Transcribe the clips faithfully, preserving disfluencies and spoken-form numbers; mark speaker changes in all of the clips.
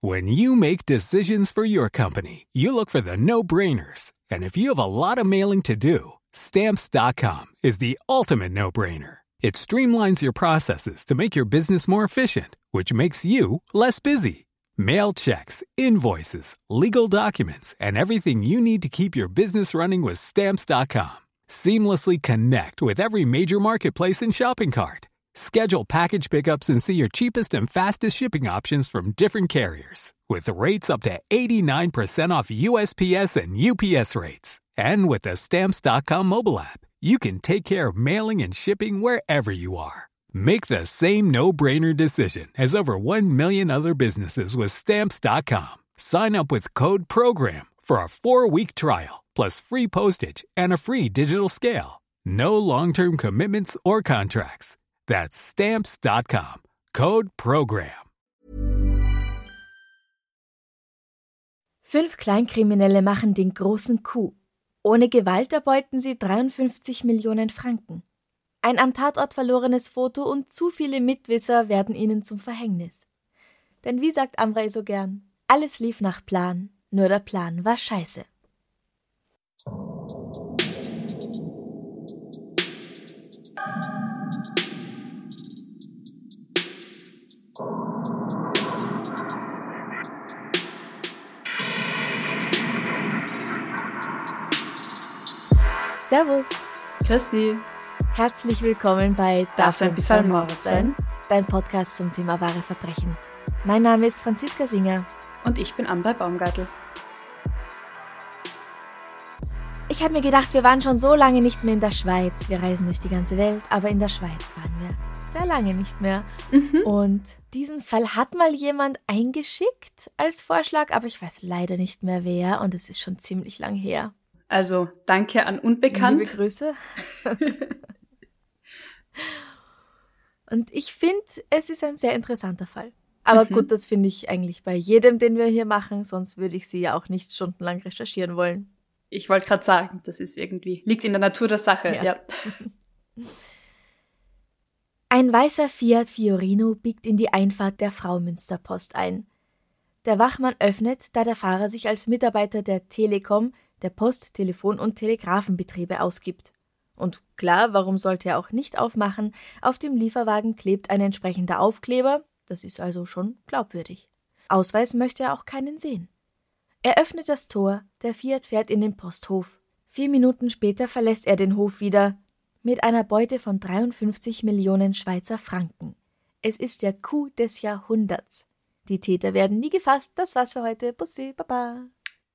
Speaker 1: When you make decisions for your company, you look for the no-brainers. And if you have a lot of mailing to do, Stamps dot com is the ultimate no-brainer. It streamlines your processes to make your business more efficient, which makes you less busy. Mail checks, invoices, legal documents, and everything you need to keep your business running with Stamps dot com. Seamlessly connect with every major marketplace and shopping cart. Schedule package pickups and see your cheapest and fastest shipping options from different carriers. With rates up to eighty-nine percent off U S P S and U P S rates. And with the Stamps dot com mobile app, you can take care of mailing and shipping wherever you are. Make the same no-brainer decision as over one million other businesses with Stamps dot com. Sign up with code PROGRAM for a four-week trial, plus free postage and a free digital scale. No long-term commitments or contracts. That's Stamps dot com. Code PROGRAM.
Speaker 2: Fünf Kleinkriminelle machen den großen Coup. Ohne Gewalt erbeuten sie dreiundfünfzig Millionen Franken. Ein am Tatort verlorenes Foto und zu viele Mitwisser werden ihnen zum Verhängnis. Denn wie sagt Amrei so gern, alles lief nach Plan, nur der Plan war scheiße. Servus.
Speaker 3: Christi.
Speaker 2: Herzlich willkommen bei
Speaker 3: Darf's ein bisschen Mord sein?
Speaker 2: Dein Podcast zum Thema wahre Verbrechen. Mein Name ist Franziska Singer.
Speaker 3: Und ich bin Amrei Baumgartl.
Speaker 2: Ich habe mir gedacht, wir waren schon so lange nicht mehr in der Schweiz. Wir reisen durch die ganze Welt, aber in der Schweiz waren wir sehr lange nicht mehr.
Speaker 3: Mhm.
Speaker 2: Und diesen Fall hat mal jemand eingeschickt als Vorschlag, aber ich weiß leider nicht mehr wer und es ist schon ziemlich lang her.
Speaker 3: Also, danke an Unbekannt.
Speaker 2: Liebe Grüße. Und ich finde, es ist ein sehr interessanter Fall. Aber
Speaker 3: Mhm.
Speaker 2: gut, das finde ich eigentlich bei jedem, den wir hier machen, sonst würde ich sie ja auch nicht stundenlang recherchieren wollen.
Speaker 3: Ich wollte gerade sagen, das ist irgendwie, liegt in der Natur der Sache.
Speaker 2: Ja.
Speaker 3: Ja.
Speaker 2: Ein weißer Fiat Fiorino biegt in die Einfahrt der Fraumünsterpost ein. Der Wachmann öffnet, da der Fahrer sich als Mitarbeiter der Telekom, der Post-, Telefon- und Telegrafenbetriebe ausgibt. Und klar, warum sollte er auch nicht aufmachen? Auf dem Lieferwagen klebt ein entsprechender Aufkleber, das ist also schon glaubwürdig. Ausweis möchte er auch keinen sehen. Er öffnet das Tor, der Fiat fährt in den Posthof. Vier Minuten später verlässt er den Hof wieder, mit einer Beute von dreiundfünfzig Millionen Schweizer Franken. Es ist der Coup des Jahrhunderts. Die Täter werden nie gefasst, das war's für heute. Bussi, Baba.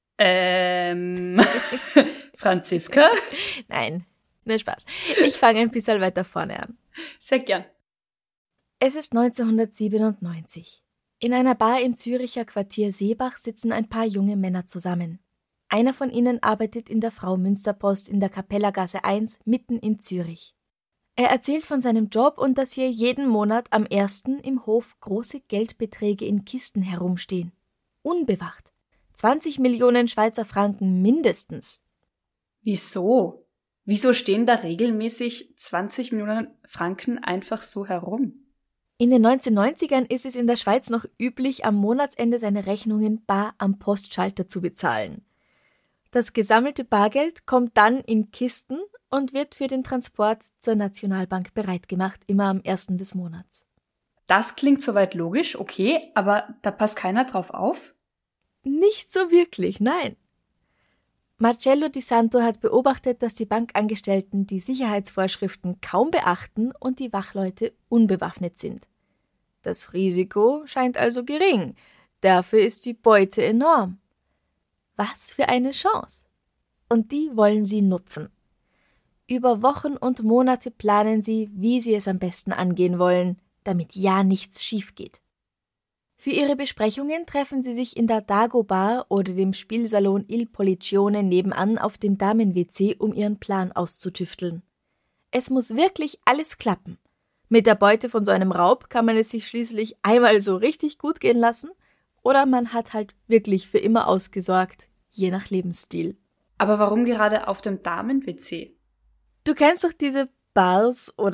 Speaker 3: Ähm, Franziska?
Speaker 2: Nein, nur Spaß. Ich fange ein bisschen weiter vorne an.
Speaker 3: Sehr gern.
Speaker 2: Es ist neunzehnhundertsiebenundneunzig. In einer Bar im Züricher Quartier Seebach sitzen ein paar junge Männer zusammen. Einer von ihnen arbeitet in der Fraumünsterpost in der Kapellergasse eins mitten in Zürich. Er erzählt von seinem Job und dass hier jeden Monat am ersten im Hof große Geldbeträge in Kisten herumstehen. Unbewacht. zwanzig Millionen Schweizer Franken mindestens.
Speaker 3: Wieso? Wieso stehen da regelmäßig zwanzig Millionen Franken einfach so herum?
Speaker 2: In den neunzehnhundertneunzigern ist es in der Schweiz noch üblich, am Monatsende seine Rechnungen bar am Postschalter zu bezahlen. Das gesammelte Bargeld kommt dann in Kisten und wird für den Transport zur Nationalbank bereitgemacht, immer am ersten des Monats.
Speaker 3: Das klingt soweit logisch, okay, aber da passt keiner drauf auf?
Speaker 2: Nicht so wirklich, nein. Marcello Di Santo hat beobachtet, dass die Bankangestellten die Sicherheitsvorschriften kaum beachten und die Wachleute unbewaffnet sind. Das Risiko scheint also gering, dafür ist die Beute enorm. Was für eine Chance! Und die wollen sie nutzen. Über Wochen und Monate planen sie, wie sie es am besten angehen wollen, damit ja nichts schief geht. Für ihre Besprechungen treffen sie sich in der Dago-Bar oder dem Spielsalon Il Polliccione nebenan auf dem Damen-W C, um ihren Plan auszutüfteln. Es muss wirklich alles klappen. Mit der Beute von so einem Raub kann man es sich schließlich einmal so richtig gut gehen lassen oder man hat halt wirklich für immer ausgesorgt, je nach Lebensstil.
Speaker 3: Aber warum gerade auf dem Damen-W C?
Speaker 2: Du kennst doch diese Bars oder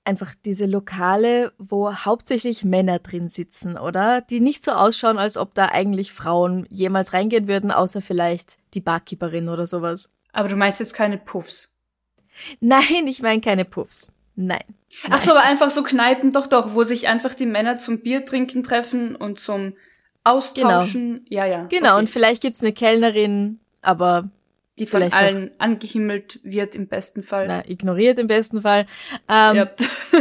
Speaker 2: einfach diese Lokale, wo hauptsächlich Männer drin sitzen, oder? Die nicht so ausschauen, als ob da eigentlich Frauen jemals reingehen würden, außer vielleicht die Barkeeperin oder sowas.
Speaker 3: Aber du meinst jetzt keine Puffs?
Speaker 2: Nein, ich meine keine Puffs. Nein.
Speaker 3: Ach so, aber einfach so Kneipen, doch, doch, wo sich einfach die Männer zum Bier trinken treffen und zum Austauschen. Genau. Ja, ja.
Speaker 2: Genau,
Speaker 3: okay.
Speaker 2: Und vielleicht gibt's eine Kellnerin, aber
Speaker 3: die von allen auch angehimmelt wird im besten Fall.
Speaker 2: Na, ignoriert im besten Fall. Ähm,
Speaker 3: ja.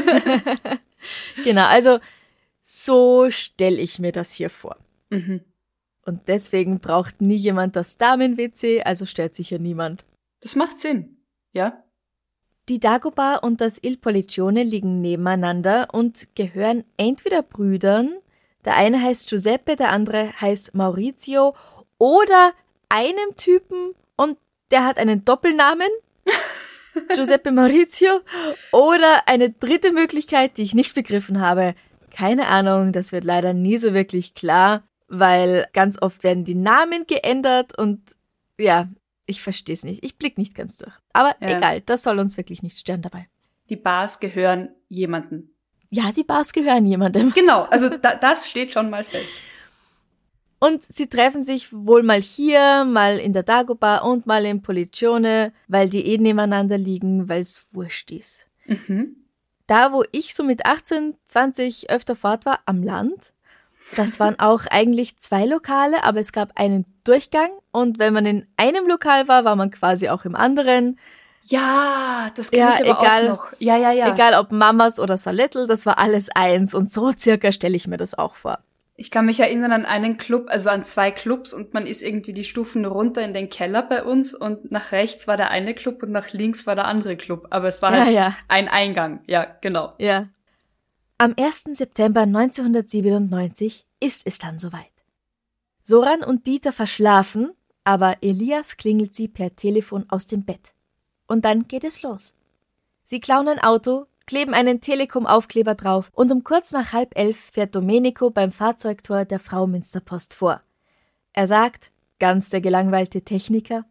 Speaker 2: Genau, also so stelle ich mir das hier vor.
Speaker 3: Mhm.
Speaker 2: Und deswegen braucht nie jemand das Damen-W C, also stellt sicher niemand.
Speaker 3: Das macht Sinn, ja.
Speaker 2: Die Dagobah und das Il Polliccione liegen nebeneinander und gehören entweder Brüdern, der eine heißt Giuseppe, der andere heißt Maurizio, oder einem Typen und der hat einen Doppelnamen, Giuseppe Maurizio, oder eine dritte Möglichkeit, die ich nicht begriffen habe. Keine Ahnung, das wird leider nie so wirklich klar, weil ganz oft werden die Namen geändert und ja, ich verstehe es nicht. Ich blick nicht ganz durch. Aber
Speaker 3: ja.
Speaker 2: Egal, das soll uns wirklich nicht stören dabei.
Speaker 3: Die Bars gehören jemandem.
Speaker 2: Ja, die Bars gehören jemandem.
Speaker 3: Genau, also da, das steht schon mal fest.
Speaker 2: Und sie treffen sich wohl mal hier, mal in der Dagobah und mal im Polliccione, weil die eh nebeneinander liegen, weil es wurscht ist.
Speaker 3: Mhm.
Speaker 2: Da, wo ich so mit achtzehn, zwanzig öfter fort war, am Land, das waren auch eigentlich zwei Lokale, aber es gab einen Durchgang und wenn man in einem Lokal war, war man quasi auch im anderen.
Speaker 3: Ja, das kenne
Speaker 2: ja,
Speaker 3: ich aber
Speaker 2: egal,
Speaker 3: auch noch. Ja, ja, ja.
Speaker 2: Egal ob Mamas oder Salettl, das war alles eins und so circa stelle ich mir das auch vor.
Speaker 3: Ich kann mich erinnern an einen Club, also an zwei Clubs und man ist irgendwie die Stufen runter in den Keller bei uns und nach rechts war der eine Club und nach links war der andere Club. Aber es war
Speaker 2: ja,
Speaker 3: halt
Speaker 2: ja.
Speaker 3: ein Eingang. Ja, genau.
Speaker 2: Ja. Am ersten September neunzehnhundertsiebenundneunzig ist es dann soweit. Soran und Dieter verschlafen, aber Elias klingelt sie per Telefon aus dem Bett. Und dann geht es los. Sie klauen ein Auto, kleben einen Telekom-Aufkleber drauf und um kurz nach halb elf fährt Domenico beim Fahrzeugtor der Frau Münsterpost vor. Er sagt, ganz der gelangweilte Techniker: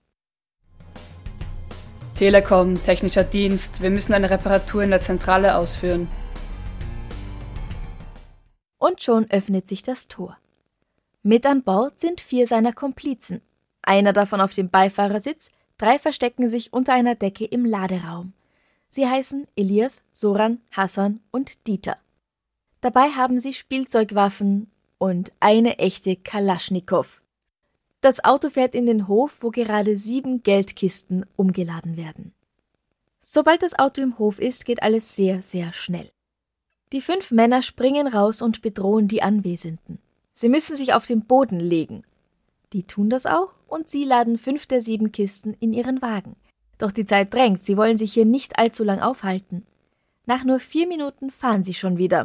Speaker 3: Telekom, technischer Dienst, wir müssen eine Reparatur in der Zentrale ausführen.
Speaker 2: Und schon öffnet sich das Tor. Mit an Bord sind vier seiner Komplizen. Einer davon auf dem Beifahrersitz, drei verstecken sich unter einer Decke im Laderaum. Sie heißen Elias, Soran, Hassan und Dieter. Dabei haben sie Spielzeugwaffen und eine echte Kalaschnikow. Das Auto fährt in den Hof, wo gerade sieben Geldkisten umgeladen werden. Sobald das Auto im Hof ist, geht alles sehr, sehr schnell. Die fünf Männer springen raus und bedrohen die Anwesenden. Sie müssen sich auf den Boden legen. Die tun das auch und sie laden fünf der sieben Kisten in ihren Wagen. Doch die Zeit drängt, sie wollen sich hier nicht allzu lang aufhalten. Nach nur vier Minuten fahren sie schon wieder.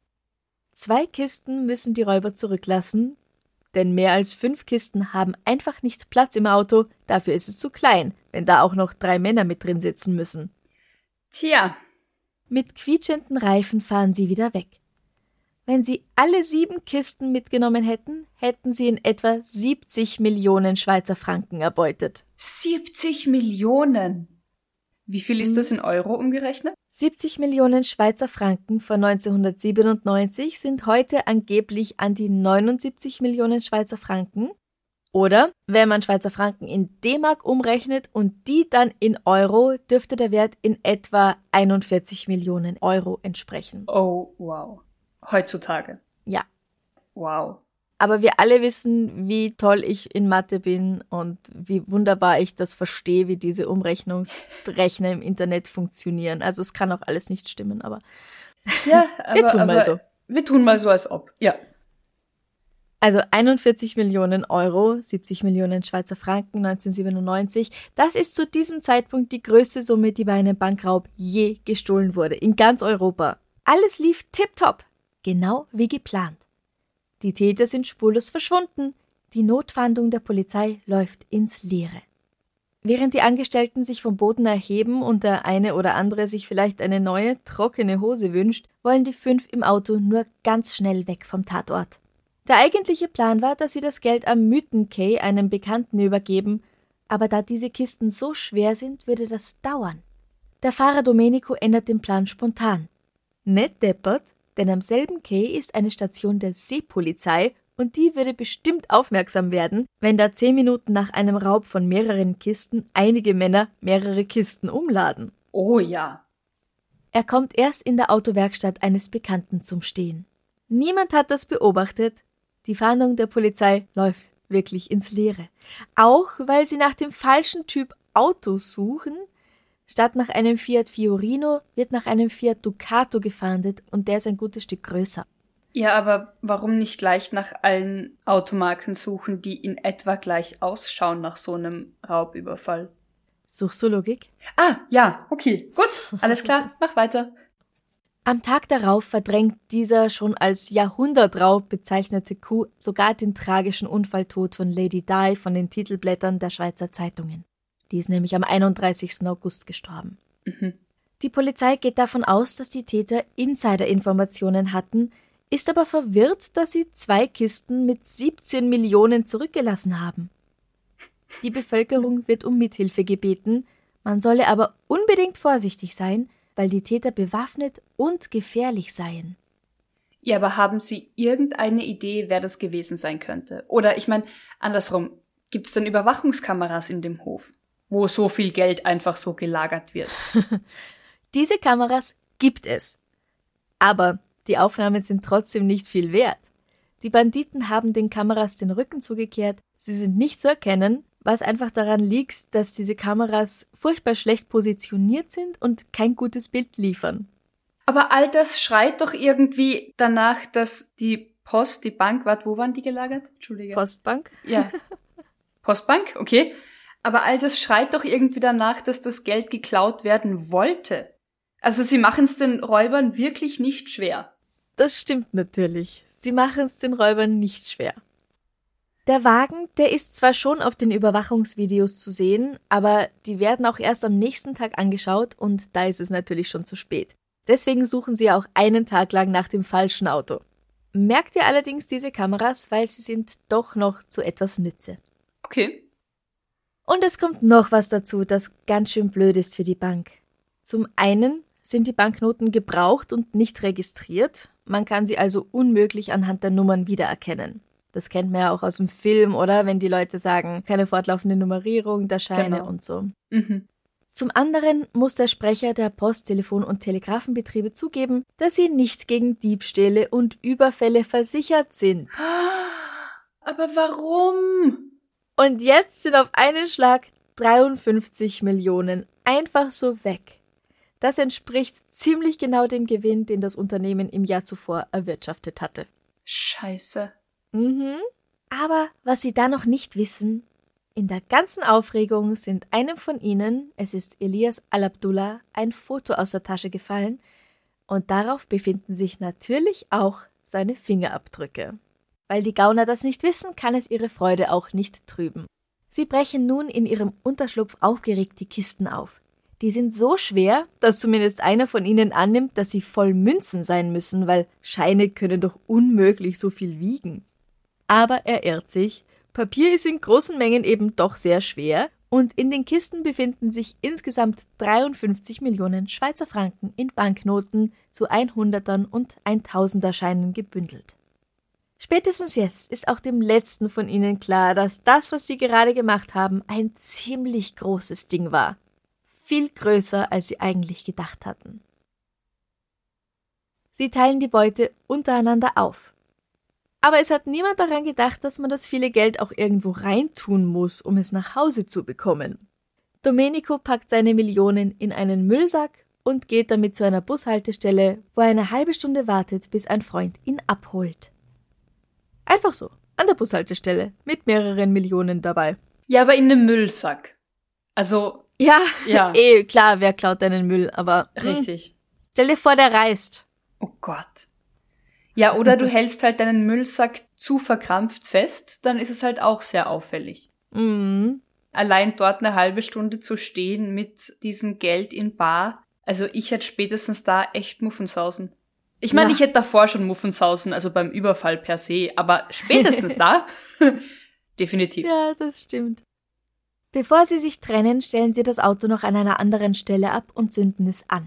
Speaker 2: Zwei Kisten müssen die Räuber zurücklassen, denn mehr als fünf Kisten haben einfach nicht Platz im Auto, dafür ist es zu klein, wenn da auch noch drei Männer mit drin sitzen müssen.
Speaker 3: Tja.
Speaker 2: Mit quietschenden Reifen fahren sie wieder weg. Wenn sie alle sieben Kisten mitgenommen hätten, hätten sie in etwa siebzig Millionen Schweizer Franken erbeutet.
Speaker 3: siebzig Millionen? Wie viel ist das in Euro umgerechnet?
Speaker 2: siebzig Millionen Schweizer Franken von neunzehnhundertsiebenundneunzig sind heute angeblich an die neunundsiebzig Millionen Schweizer Franken. Oder, wenn man Schweizer Franken in D-Mark umrechnet und die dann in Euro, dürfte der Wert in etwa einundvierzig Millionen Euro entsprechen.
Speaker 3: Oh, wow. Heutzutage?
Speaker 2: Ja.
Speaker 3: Wow.
Speaker 2: Aber wir alle wissen, wie toll ich in Mathe bin und wie wunderbar ich das verstehe, wie diese Umrechnungsrechner im Internet funktionieren. Also es kann auch alles nicht stimmen, aber,
Speaker 3: ja, aber
Speaker 2: wir tun
Speaker 3: aber
Speaker 2: mal so.
Speaker 3: Wir tun mal so, als ob, ja.
Speaker 2: Also einundvierzig Millionen Euro, siebzig Millionen Schweizer Franken neunzehnhundertsiebenundneunzig, das ist zu diesem Zeitpunkt die größte Summe, die bei einem Bankraub je gestohlen wurde, in ganz Europa. Alles lief tipptopp, genau wie geplant. Die Täter sind spurlos verschwunden, die Notfahndung der Polizei läuft ins Leere. Während die Angestellten sich vom Boden erheben und der eine oder andere sich vielleicht eine neue, trockene Hose wünscht, wollen die fünf im Auto nur ganz schnell weg vom Tatort. Der eigentliche Plan war, dass sie das Geld am Mythen-Quai einem Bekannten übergeben, aber da diese Kisten so schwer sind, würde das dauern. Der Fahrer Domenico ändert den Plan spontan. Nicht deppert, denn am selben Quai ist eine Station der Seepolizei und die würde bestimmt aufmerksam werden, wenn da zehn Minuten nach einem Raub von mehreren Kisten einige Männer mehrere Kisten umladen.
Speaker 3: Oh ja.
Speaker 2: Er kommt erst in der Autowerkstatt eines Bekannten zum Stehen. Niemand hat das beobachtet. Die Fahndung der Polizei läuft wirklich ins Leere. Auch weil sie nach dem falschen Typ Auto suchen. Statt nach einem Fiat Fiorino wird nach einem Fiat Ducato gefahndet und der ist ein gutes Stück größer.
Speaker 3: Ja, aber warum nicht gleich nach allen Automarken suchen, die in etwa gleich ausschauen nach so einem Raubüberfall?
Speaker 2: Suchst du Logik?
Speaker 3: Ah, ja, okay, gut, alles klar, mach weiter.
Speaker 2: Am Tag darauf verdrängt dieser schon als Jahrhundertraub bezeichnete Coup sogar den tragischen Unfalltod von Lady Di von den Titelblättern der Schweizer Zeitungen. Die ist nämlich am einunddreißigsten August gestorben.
Speaker 3: Mhm.
Speaker 2: Die Polizei geht davon aus, dass die Täter Insiderinformationen hatten, ist aber verwirrt, dass sie zwei Kisten mit siebzehn Millionen zurückgelassen haben. Die Bevölkerung wird um Mithilfe gebeten, man solle aber unbedingt vorsichtig sein, weil die Täter bewaffnet und gefährlich seien.
Speaker 3: Ja, aber haben Sie irgendeine Idee, wer das gewesen sein könnte? Oder ich meine, andersrum, gibt es denn Überwachungskameras in dem Hof, wo so viel Geld einfach so gelagert wird?
Speaker 2: Diese Kameras gibt es. Aber die Aufnahmen sind trotzdem nicht viel wert. Die Banditen haben den Kameras den Rücken zugekehrt, sie sind nicht zu erkennen, was einfach daran liegt, dass diese Kameras furchtbar schlecht positioniert sind und kein gutes Bild liefern.
Speaker 3: Aber all das schreit doch irgendwie danach, dass die Post, die Bank, warte, wo waren die gelagert? Entschuldige.
Speaker 2: Postbank?
Speaker 3: Ja. Postbank, okay. Aber all das schreit doch irgendwie danach, dass das Geld geklaut werden wollte. Also sie machen es den Räubern wirklich nicht schwer.
Speaker 2: Das stimmt natürlich. Sie machen es den Räubern nicht schwer. Der Wagen, der ist zwar schon auf den Überwachungsvideos zu sehen, aber die werden auch erst am nächsten Tag angeschaut und da ist es natürlich schon zu spät. Deswegen suchen sie auch einen Tag lang nach dem falschen Auto. Merkt ihr allerdings diese Kameras, weil sie sind doch noch zu etwas Nütze.
Speaker 3: Okay.
Speaker 2: Und es kommt noch was dazu, das ganz schön blöd ist für die Bank. Zum einen sind die Banknoten gebraucht und nicht registriert. Man kann sie also unmöglich anhand der Nummern wiedererkennen. Das kennt man ja auch aus dem Film, oder? Wenn die Leute sagen, keine fortlaufende Nummerierung der Scheine
Speaker 3: genau.
Speaker 2: und so.
Speaker 3: Mhm.
Speaker 2: Zum anderen muss der Sprecher der Post-, Telefon- und Telegrafenbetriebe zugeben, dass sie nicht gegen Diebstähle und Überfälle versichert sind.
Speaker 3: Aber warum?
Speaker 2: Und jetzt sind auf einen Schlag dreiundfünfzig Millionen einfach so weg. Das entspricht ziemlich genau dem Gewinn, den das Unternehmen im Jahr zuvor erwirtschaftet hatte.
Speaker 3: Scheiße.
Speaker 2: Mhm. Aber was Sie da noch nicht wissen, in der ganzen Aufregung sind einem von ihnen, es ist Elias Al-Abdullah, ein Foto aus der Tasche gefallen und darauf befinden sich natürlich auch seine Fingerabdrücke. Weil die Gauner das nicht wissen, kann es ihre Freude auch nicht trüben. Sie brechen nun in ihrem Unterschlupf aufgeregt die Kisten auf. Die sind so schwer, dass zumindest einer von ihnen annimmt, dass sie voll Münzen sein müssen, weil Scheine können doch unmöglich so viel wiegen. Aber er irrt sich. Papier ist in großen Mengen eben doch sehr schwer und in den Kisten befinden sich insgesamt dreiundfünfzig Millionen Schweizer Franken in Banknoten zu Einhundertern und Eintausender Scheinen gebündelt. Spätestens jetzt ist auch dem letzten von ihnen klar, dass das, was sie gerade gemacht haben, ein ziemlich großes Ding war. Viel größer, als sie eigentlich gedacht hatten. Sie teilen die Beute untereinander auf. Aber es hat niemand daran gedacht, dass man das viele Geld auch irgendwo reintun muss, um es nach Hause zu bekommen. Domenico packt seine Millionen in einen Müllsack und geht damit zu einer Bushaltestelle, wo er eine halbe Stunde wartet, bis ein Freund ihn abholt. Einfach so, an der Bushaltestelle, mit mehreren Millionen dabei.
Speaker 3: Ja, aber in einem Müllsack. Also,
Speaker 2: ja,
Speaker 3: ja.
Speaker 2: eh, klar, wer klaut deinen Müll, aber...
Speaker 3: Richtig.
Speaker 2: Mh, stell dir vor, der reist.
Speaker 3: Oh Gott. Ja, oder du hältst halt deinen Müllsack zu verkrampft fest, dann ist es halt auch sehr auffällig.
Speaker 2: Mhm.
Speaker 3: Allein dort eine halbe Stunde zu stehen mit diesem Geld in bar, also ich hätte spätestens da echt Muffensausen. Ich meine,
Speaker 2: Ja.
Speaker 3: ich hätte davor schon Muffensausen, also beim Überfall per se, aber spätestens da, definitiv.
Speaker 2: Ja, das stimmt. Bevor sie sich trennen, stellen sie das Auto noch an einer anderen Stelle ab und zünden es an.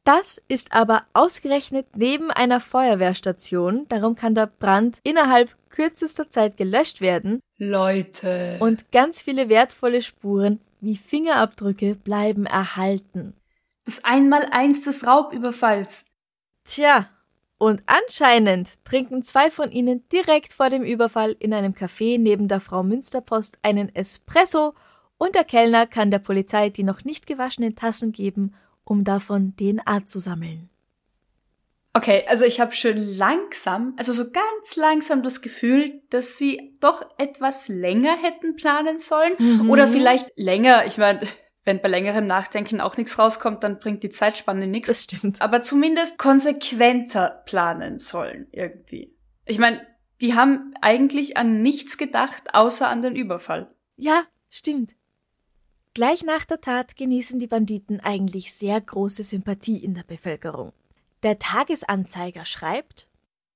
Speaker 2: Das ist aber ausgerechnet neben einer Feuerwehrstation, darum kann der Brand innerhalb kürzester Zeit gelöscht werden.
Speaker 3: Leute.
Speaker 2: Und ganz viele wertvolle Spuren wie Fingerabdrücke bleiben erhalten.
Speaker 3: Das Einmaleins des Raubüberfalls.
Speaker 2: Tja, und anscheinend trinken zwei von ihnen direkt vor dem Überfall in einem Café neben der Frau Münsterpost einen Espresso und der Kellner kann der Polizei die noch nicht gewaschenen Tassen geben, um davon D N A zu sammeln.
Speaker 3: Okay, also ich habe schon langsam, also so ganz langsam das Gefühl, dass sie doch etwas länger hätten planen sollen. Mhm. Oder vielleicht länger, ich meine, wenn bei längerem Nachdenken auch nichts rauskommt, dann bringt die Zeitspanne nichts.
Speaker 2: Das stimmt.
Speaker 3: Aber zumindest konsequenter planen sollen irgendwie. Ich meine, die haben eigentlich an nichts gedacht, außer an den Überfall.
Speaker 2: Ja, stimmt. Gleich nach der Tat genießen die Banditen eigentlich sehr große Sympathie in der Bevölkerung. Der Tagesanzeiger schreibt: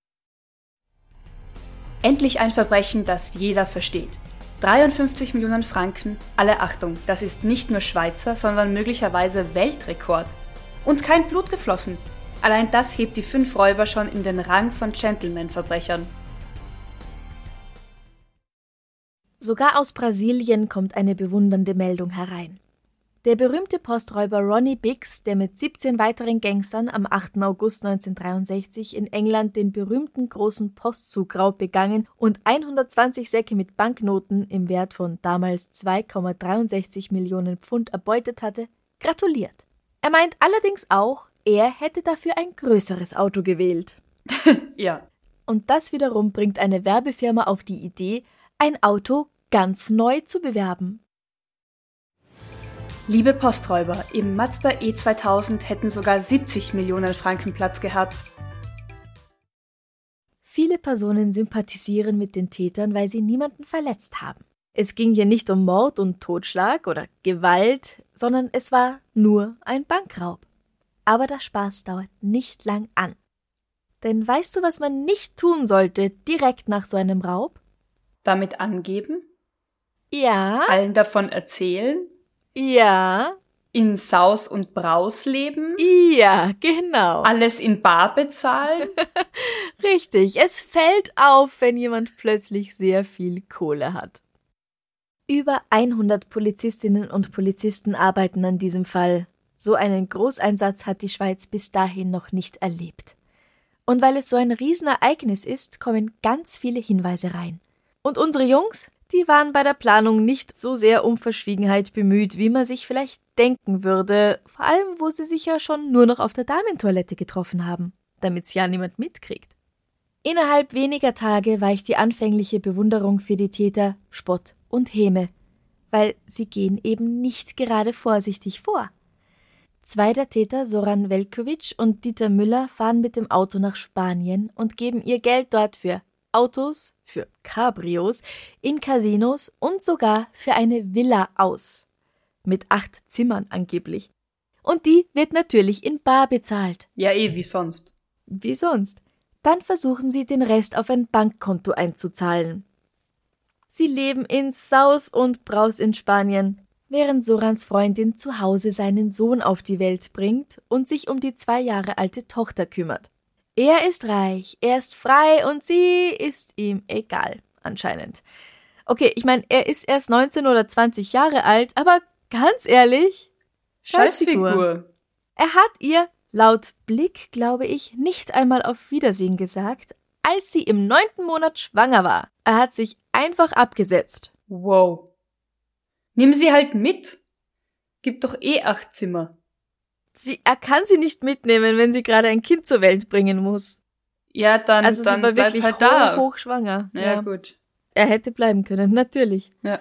Speaker 3: Endlich ein Verbrechen, das jeder versteht. dreiundfünfzig Millionen Franken, alle Achtung, das ist nicht nur Schweizer, sondern möglicherweise Weltrekord. Und kein Blut geflossen. Allein das hebt die fünf Räuber schon in den Rang von Gentleman-Verbrechern.
Speaker 2: Sogar aus Brasilien kommt eine bewundernde Meldung herein. Der berühmte Posträuber Ronnie Biggs, der mit siebzehn weiteren Gangstern am achten August neunzehnhundertdreiundsechzig in England den berühmten großen Postzugraub begangen und hundertzwanzig Säcke mit Banknoten im Wert von damals zwei Komma dreiundsechzig Millionen Pfund erbeutet hatte, gratuliert. Er meint allerdings auch, er hätte dafür ein größeres Auto gewählt.
Speaker 3: Ja.
Speaker 2: Und das wiederum bringt eine Werbefirma auf die Idee, ein Auto ganz neu zu bewerben.
Speaker 3: Liebe Posträuber, im Mazda E zweitausend hätten sogar siebzig Millionen Franken Platz gehabt.
Speaker 2: Viele Personen sympathisieren mit den Tätern, weil sie niemanden verletzt haben. Es ging hier nicht um Mord und Totschlag oder Gewalt, sondern es war nur ein Bankraub. Aber der Spaß dauert nicht lang an. Denn weißt du, was man nicht tun sollte direkt nach so einem Raub?
Speaker 3: Damit angeben?
Speaker 2: Ja.
Speaker 3: Allen davon erzählen?
Speaker 2: Ja.
Speaker 3: In Saus und Braus leben?
Speaker 2: Ja, genau.
Speaker 3: Alles in bar bezahlen?
Speaker 2: Richtig, es fällt auf, wenn jemand plötzlich sehr viel Kohle hat. Über hundert Polizistinnen und Polizisten arbeiten an diesem Fall. So einen Großeinsatz hat die Schweiz bis dahin noch nicht erlebt. Und weil es so ein Riesenereignis ist, kommen ganz viele Hinweise rein. Und unsere Jungs, die waren bei der Planung nicht so sehr um Verschwiegenheit bemüht, wie man sich vielleicht denken würde, vor allem wo sie sich ja schon nur noch auf der Damentoilette getroffen haben, damit's ja niemand mitkriegt. Innerhalb weniger Tage weicht die anfängliche Bewunderung für die Täter Spott und Häme, weil sie gehen eben nicht gerade vorsichtig vor. Zwei der Täter, Zoran Veljković und Dieter Müller, fahren mit dem Auto nach Spanien und geben ihr Geld dort für Autos, für Cabrios, in Casinos und sogar für eine Villa aus. Mit acht Zimmern angeblich. Und die wird natürlich in bar bezahlt.
Speaker 3: Ja, eh, wie sonst.
Speaker 2: Wie sonst. Dann versuchen sie, den Rest auf ein Bankkonto einzuzahlen. Sie leben in Saus und Braus in Spanien, während Zorans Freundin zu Hause seinen Sohn auf die Welt bringt und sich um die zwei Jahre alte Tochter kümmert. Er ist reich, er ist frei und sie ist ihm egal, anscheinend. Okay, ich meine, er ist erst neunzehn oder zwanzig Jahre alt, aber ganz ehrlich, Scheißfigur.
Speaker 3: Scheißfigur.
Speaker 2: Er hat ihr, laut Blick, glaube ich, nicht einmal auf Wiedersehen gesagt, als sie im neunten Monat schwanger war. Er hat sich einfach abgesetzt.
Speaker 3: Wow. Nimm sie halt mit. Gibt doch eh acht Zimmer.
Speaker 2: Sie, er kann sie nicht mitnehmen, wenn sie gerade ein Kind zur Welt bringen muss.
Speaker 3: Ja, dann,
Speaker 2: also
Speaker 3: dann
Speaker 2: sie war
Speaker 3: bleib
Speaker 2: wirklich
Speaker 3: halt
Speaker 2: hoch,
Speaker 3: da.
Speaker 2: hochschwanger.
Speaker 3: Ja,
Speaker 2: ja,
Speaker 3: gut.
Speaker 2: Er hätte bleiben können, natürlich.
Speaker 3: Ja.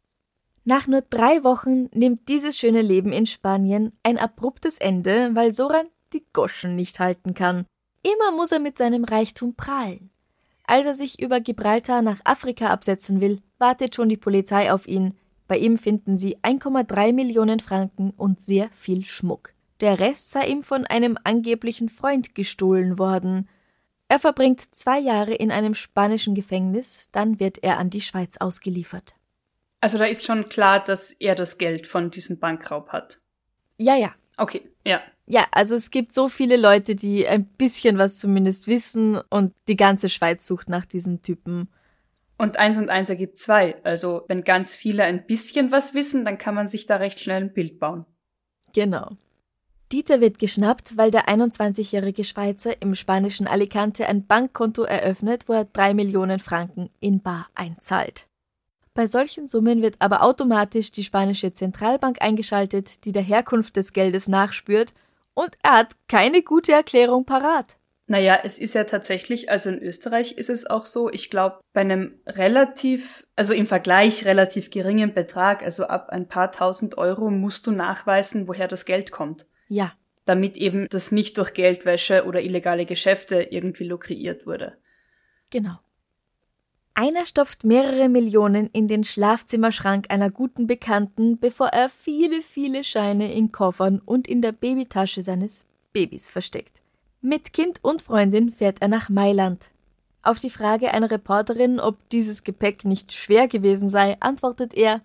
Speaker 2: Nach nur drei Wochen nimmt dieses schöne Leben in Spanien ein abruptes Ende, weil Zoran die Goschen nicht halten kann. Immer muss er mit seinem Reichtum prahlen. Als er sich über Gibraltar nach Afrika absetzen will, wartet schon die Polizei auf ihn. Bei ihm finden sie ein Komma drei Millionen Franken und sehr viel Schmuck. Der Rest sei ihm von einem angeblichen Freund gestohlen worden. Er verbringt zwei Jahre in einem spanischen Gefängnis, dann wird er an die Schweiz ausgeliefert.
Speaker 3: Also da ist schon klar, dass er das Geld von diesem Bankraub hat.
Speaker 2: Ja, ja.
Speaker 3: Okay, ja.
Speaker 2: Ja, also es gibt so viele Leute, die ein bisschen was zumindest wissen und die ganze Schweiz sucht nach diesen Typen.
Speaker 3: Und eins und eins ergibt zwei. Also wenn ganz viele ein bisschen was wissen, dann kann man sich da recht schnell ein Bild bauen.
Speaker 2: Genau. Dieter wird geschnappt, weil der einundzwanzigjährige Schweizer im spanischen Alicante ein Bankkonto eröffnet, wo er drei Millionen Franken in bar einzahlt. Bei solchen Summen wird aber automatisch die spanische Zentralbank eingeschaltet, die der Herkunft des Geldes nachspürt, und er hat keine gute Erklärung parat.
Speaker 3: Naja, es ist ja tatsächlich, also in Österreich ist es auch so, ich glaube, bei einem relativ, also im Vergleich relativ geringen Betrag, also ab ein paar tausend Euro, musst du nachweisen, woher das Geld kommt.
Speaker 2: Ja.
Speaker 3: Damit eben das nicht durch Geldwäsche oder illegale Geschäfte irgendwie lukriert wurde.
Speaker 2: Genau. Einer stopft mehrere Millionen in den Schlafzimmerschrank einer guten Bekannten, bevor er viele, viele Scheine in Koffern und in der Babytasche seines Babys versteckt. Mit Kind und Freundin fährt er nach Mailand. Auf die Frage einer Reporterin, ob dieses Gepäck nicht schwer gewesen sei, antwortet er: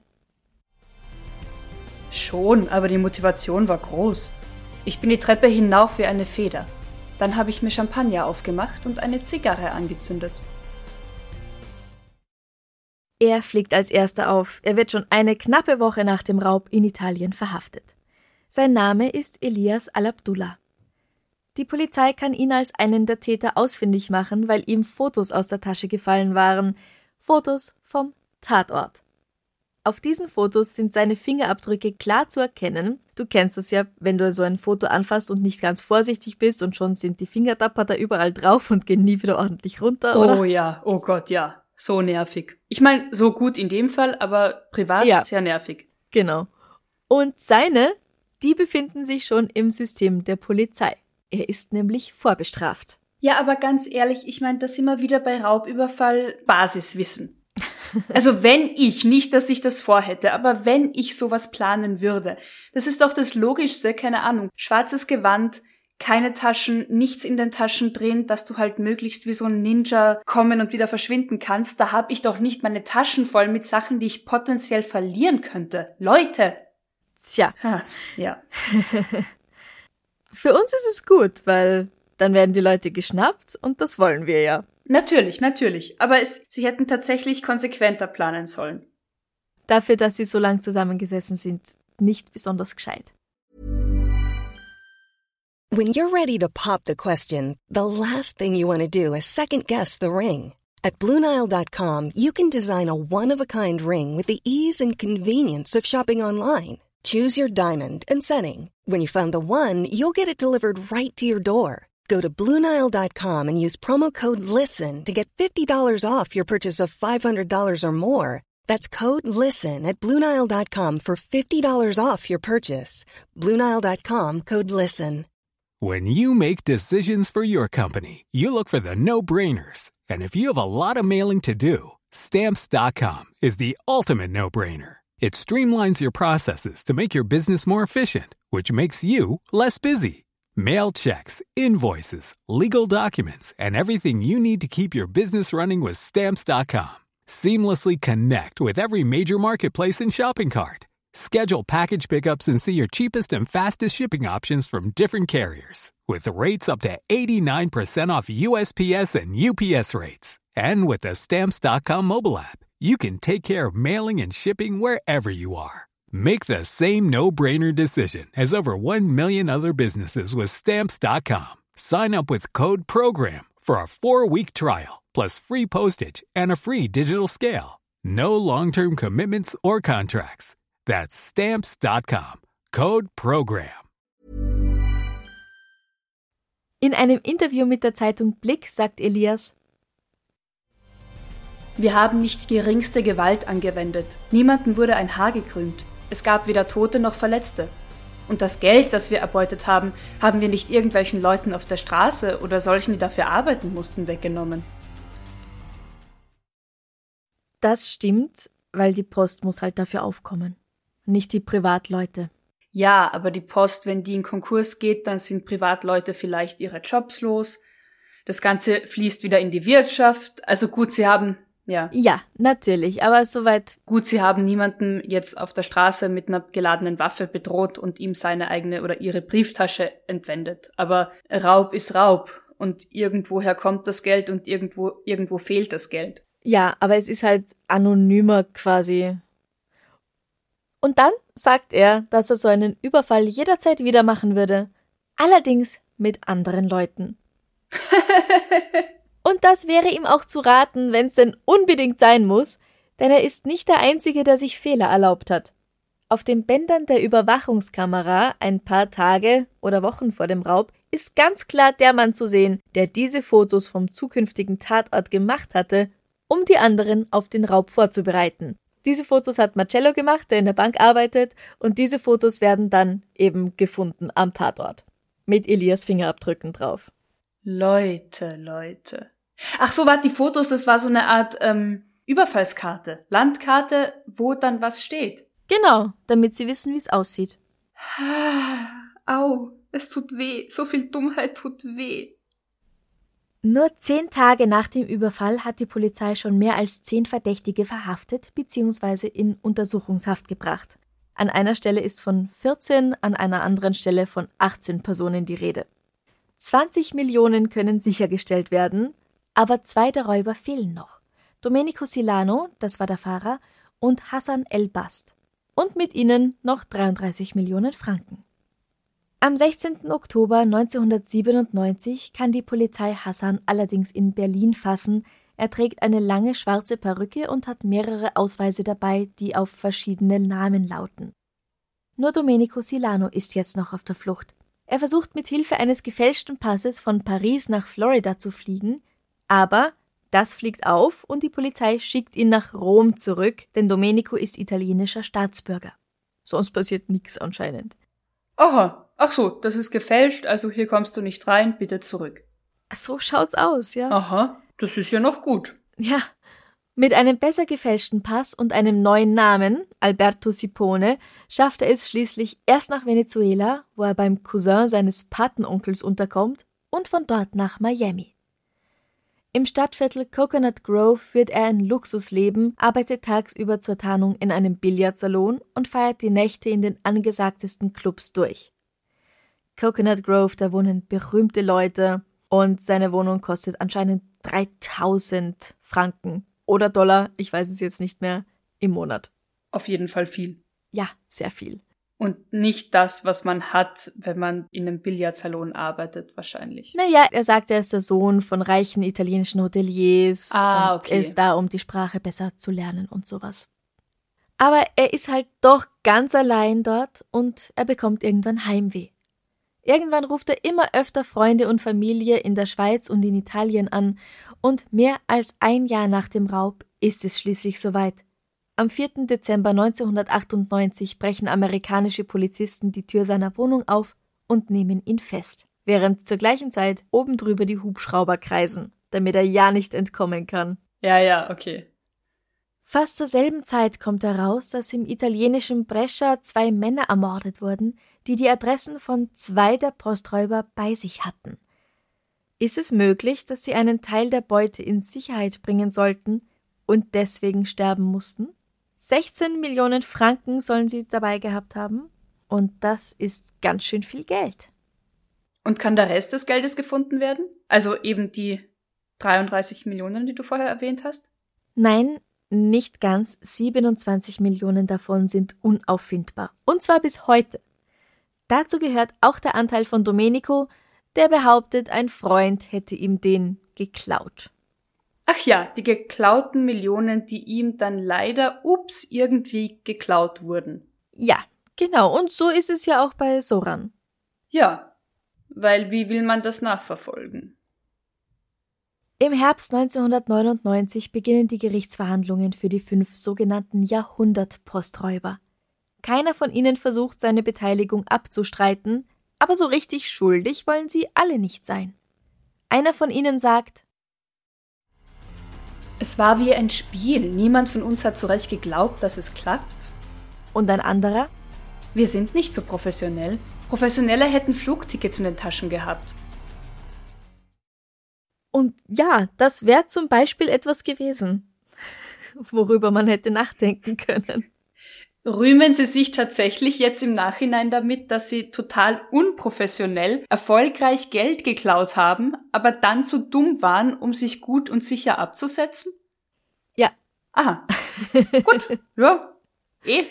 Speaker 3: Schon, aber die Motivation war groß. Ich bin die Treppe hinauf wie eine Feder. Dann habe ich mir Champagner aufgemacht und eine Zigarre angezündet.
Speaker 2: Er fliegt als Erster auf. Er wird schon eine knappe Woche nach dem Raub in Italien verhaftet. Sein Name ist Elias Al-Abdullah. Die Polizei kann ihn als einen der Täter ausfindig machen, weil ihm Fotos aus der Tasche gefallen waren. Fotos vom Tatort. Auf diesen Fotos sind seine Fingerabdrücke klar zu erkennen. Du kennst das ja, wenn du so ein Foto anfasst und nicht ganz vorsichtig bist und schon sind die Fingertapper da überall drauf und gehen nie wieder ordentlich runter, oder?
Speaker 3: Oh ja, oh Gott, ja. So nervig. Ich meine, so gut in dem Fall, aber privat
Speaker 2: ja,
Speaker 3: sehr nervig.
Speaker 2: Genau. Und seine, die befinden sich schon im System der Polizei. Er ist nämlich vorbestraft.
Speaker 3: Ja, aber ganz ehrlich, ich meine, da sind wir wieder bei Raubüberfall Basiswissen. Also wenn ich, nicht, dass ich das vorhätte, aber wenn ich sowas planen würde, das ist doch das Logischste, keine Ahnung, schwarzes Gewand, keine Taschen, nichts in den Taschen drin, dass du halt möglichst wie so ein Ninja kommen und wieder verschwinden kannst. Da hab ich doch nicht meine Taschen voll mit Sachen, die ich potenziell verlieren könnte. Leute!
Speaker 2: Tja.
Speaker 3: Ha, ja.
Speaker 2: Für uns ist es gut, weil dann werden die Leute geschnappt und das wollen wir ja.
Speaker 3: Natürlich, natürlich. Aber es, sie hätten tatsächlich konsequenter planen sollen.
Speaker 2: Dafür, dass sie so lang zusammengesessen sind, nicht besonders gescheit.
Speaker 4: When you're ready to pop the question, the last thing you want to do is second-guess the ring. At Blue Nile dot com, you can design a one-of-a-kind ring with the ease and convenience of shopping online. Choose your diamond and setting. When you find the one, you'll get it delivered right to your door. Go to Blue Nile dot com and use promo code LISTEN to get fifty dollars off your purchase of five hundred dollars or more. That's code LISTEN at Blue Nile dot com for fifty dollars off your purchase. Blue Nile dot com, code LISTEN.
Speaker 1: When you make decisions for your company, you look for the no-brainers. And if you have a lot of mailing to do, Stamps dot com is the ultimate no-brainer. It streamlines your processes to make your business more efficient, which makes you less busy. Mail checks, invoices, legal documents, and everything you need to keep your business running with Stamps dot com. Seamlessly connect with every major marketplace and shopping cart. Schedule package pickups and see your cheapest and fastest shipping options from different carriers. With rates up to eighty-nine percent off U S P S and U P S rates. And with the Stamps dot com mobile app, you can take care of mailing and shipping wherever you are. Make the same no-brainer decision as over one million other businesses with Stamps dot com. Sign up with code PROGRAM for a four-week trial, plus free postage and a free digital scale. No long-term commitments or contracts. That's Stamps dot com. Code PROGRAM.
Speaker 2: In einem Interview mit der Zeitung Blick sagt Elias:
Speaker 3: Wir haben nicht die geringste Gewalt angewendet. Niemandem wurde ein Haar gekrümmt. Es gab weder Tote noch Verletzte. Und das Geld, das wir erbeutet haben, haben wir nicht irgendwelchen Leuten auf der Straße oder solchen, die dafür arbeiten mussten, weggenommen.
Speaker 2: Das stimmt, weil die Post muss halt dafür aufkommen. Nicht die Privatleute.
Speaker 3: Ja, aber die Post, wenn die in Konkurs geht, dann sind Privatleute vielleicht ihre Jobs los. Das Ganze fließt wieder in die Wirtschaft. Also gut, sie haben Ja.
Speaker 2: Ja, natürlich, aber soweit.
Speaker 3: Gut, sie haben niemanden jetzt auf der Straße mit einer geladenen Waffe bedroht und ihm seine eigene oder ihre Brieftasche entwendet. Aber Raub ist Raub und irgendwoher kommt das Geld und irgendwo, irgendwo fehlt das Geld.
Speaker 2: Ja, aber es ist halt anonymer quasi. Und dann sagt er, dass er so einen Überfall jederzeit wieder machen würde. Allerdings mit anderen Leuten. Und das wäre ihm auch zu raten, wenn es denn unbedingt sein muss, denn er ist nicht der Einzige, der sich Fehler erlaubt hat. Auf den Bändern der Überwachungskamera ein paar Tage oder Wochen vor dem Raub ist ganz klar der Mann zu sehen, der diese Fotos vom zukünftigen Tatort gemacht hatte, um die anderen auf den Raub vorzubereiten. Diese Fotos hat Marcello gemacht, der in der Bank arbeitet, und diese Fotos werden dann eben gefunden am Tatort. Mit Elias Fingerabdrücken drauf.
Speaker 3: Leute, Leute. Ach so, warte, die Fotos, das war so eine Art ähm, Überfallskarte. Landkarte, wo dann was steht.
Speaker 2: Genau, damit sie wissen, wie es aussieht.
Speaker 3: Au, es tut weh. So viel Dummheit tut weh.
Speaker 2: Nur zehn Tage nach dem Überfall hat die Polizei schon mehr als zehn Verdächtige verhaftet bzw. in Untersuchungshaft gebracht. An einer Stelle ist von vierzehn, an einer anderen Stelle von achtzehn Personen die Rede. zwanzig Millionen können sichergestellt werden, aber zwei der Räuber fehlen noch. Domenico Silano, das war der Fahrer, und Hassan El-Bast. Und mit ihnen noch dreiunddreißig Millionen Franken. Am sechzehnten Oktober neunzehnhundertsiebenundneunzig kann die Polizei Hassan allerdings in Berlin fassen. Er trägt eine lange schwarze Perücke und hat mehrere Ausweise dabei, die auf verschiedene Namen lauten. Nur Domenico Silano ist jetzt noch auf der Flucht. Er versucht mit Hilfe eines gefälschten Passes von Paris nach Florida zu fliegen, aber das fliegt auf und die Polizei schickt ihn nach Rom zurück, denn Domenico ist italienischer Staatsbürger. Sonst passiert nichts anscheinend.
Speaker 3: Aha, ach so, das ist gefälscht, also hier kommst du nicht rein, bitte zurück.
Speaker 2: So schaut's aus, ja.
Speaker 3: Aha, das ist ja noch gut.
Speaker 2: Ja, mit einem besser gefälschten Pass und einem neuen Namen, Alberto Sipone, schafft er es schließlich erst nach Venezuela, wo er beim Cousin seines Patenonkels unterkommt, und von dort nach Miami. Im Stadtviertel Coconut Grove führt er ein Luxusleben, arbeitet tagsüber zur Tarnung in einem Billardsalon und feiert die Nächte in den angesagtesten Clubs durch. Coconut Grove, da wohnen berühmte Leute und seine Wohnung kostet anscheinend dreitausend Franken oder Dollar, ich weiß es jetzt nicht mehr, im Monat.
Speaker 3: Auf jeden Fall viel.
Speaker 2: Ja, sehr viel.
Speaker 3: Und nicht das, was man hat, wenn man in einem Billardsalon arbeitet, wahrscheinlich.
Speaker 2: Naja, er sagt, er ist der Sohn von reichen italienischen Hoteliers
Speaker 3: ah,
Speaker 2: und
Speaker 3: okay.
Speaker 2: ist da, um die Sprache besser zu lernen und sowas. Aber er ist halt doch ganz allein dort und er bekommt irgendwann Heimweh. Irgendwann ruft er immer öfter Freunde und Familie in der Schweiz und in Italien an und mehr als ein Jahr nach dem Raub ist es schließlich soweit. Am vierten Dezember neunzehnhundertachtundneunzig brechen amerikanische Polizisten die Tür seiner Wohnung auf und nehmen ihn fest, während zur gleichen Zeit oben drüber die Hubschrauber kreisen, damit er ja nicht entkommen kann.
Speaker 3: Ja, ja, okay.
Speaker 2: Fast zur selben Zeit kommt heraus, dass im italienischen Brescia zwei Männer ermordet wurden, die die Adressen von zwei der Posträuber bei sich hatten. Ist es möglich, dass sie einen Teil der Beute in Sicherheit bringen sollten und deswegen sterben mussten? sechzehn Millionen Franken sollen sie dabei gehabt haben. Und das ist ganz schön viel Geld.
Speaker 3: Und kann der Rest des Geldes gefunden werden? Also eben die dreiunddreißig Millionen, die du vorher erwähnt hast?
Speaker 2: Nein, nicht ganz. siebenundzwanzig Millionen davon sind unauffindbar. Und zwar bis heute. Dazu gehört auch der Anteil von Domenico, der behauptet, ein Freund hätte ihm den geklaut.
Speaker 3: Ach ja, die geklauten Millionen, die ihm dann leider, ups, irgendwie geklaut wurden.
Speaker 2: Ja, genau. Und so ist es ja auch bei Zoran.
Speaker 3: Ja, weil wie will man das nachverfolgen?
Speaker 2: Im Herbst neunzehnhundertneunundneunzig beginnen die Gerichtsverhandlungen für die fünf sogenannten Jahrhundert-Posträuber. Keiner von ihnen versucht, seine Beteiligung abzustreiten, aber so richtig schuldig wollen sie alle nicht sein. Einer von ihnen sagt:
Speaker 3: Es war wie ein Spiel. Niemand von uns hat so recht geglaubt, dass es klappt.
Speaker 2: Und ein anderer:
Speaker 3: Wir sind nicht so professionell. Professionelle hätten Flugtickets in den Taschen gehabt.
Speaker 2: Und ja, das wäre zum Beispiel etwas gewesen. worüber man hätte nachdenken können.
Speaker 3: Rühmen Sie sich tatsächlich jetzt im Nachhinein damit, dass Sie total unprofessionell erfolgreich Geld geklaut haben, aber dann zu dumm waren, um sich gut und sicher abzusetzen?
Speaker 2: Ja.
Speaker 3: Aha. Gut. Ja. Eh.